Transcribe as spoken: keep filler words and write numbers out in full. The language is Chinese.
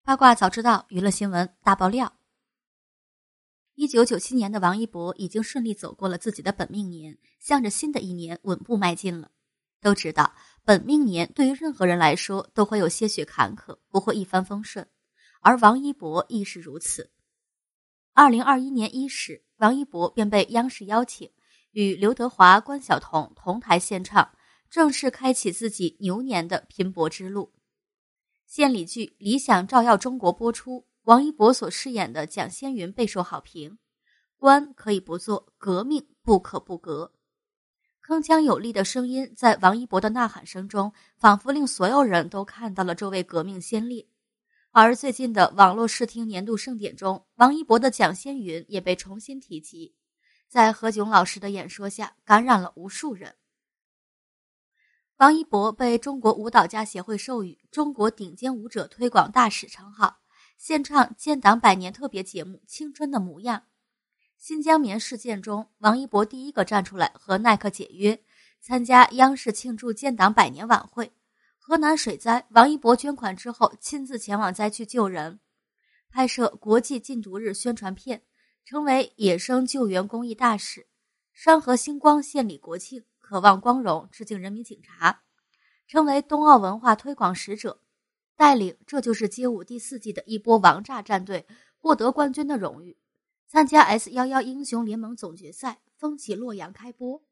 八卦早知道，娱乐新闻大爆料。一九九七年的王一博已经顺利走过了自己的本命年，向着新的一年稳步迈进了。都知道，本命年对于任何人来说都会有些许坎坷，不会一帆风顺，而王一博亦是如此。二零二一年伊始，王一博便被央视邀请，与刘德华、关晓彤同台献唱，正式开启自己牛年的拼搏之路。献礼剧《理想照耀中国》播出，王一博所饰演的蒋先云备受好评。官可以不做，革命不可不革。铿锵有力的声音在王一博的呐喊声中，仿佛令所有人都看到了这位革命先烈。而最近的网络视听年度盛典中，王一博的蒋先云也被重新提及，在何炅老师的演说下，感染了无数人。王一博被中国舞蹈家协会授予中国顶尖舞者推广大使称号，献唱建党百年特别节目《青春的模样》。新疆棉事件中，王一博第一个站出来和耐克解约，参加央视庆祝建党百年晚会。河南水灾，王一博捐款之后亲自前往灾区救人，拍摄国际禁毒日宣传片，成为野生救援公益大使。山河星光献礼国庆，渴望光荣致敬人民警察，成为冬奥文化推广使者，带领这就是街舞第四季的一波王炸战队获得冠军的荣誉，参加 S 十一 英雄联盟总决赛，风起洛阳开播。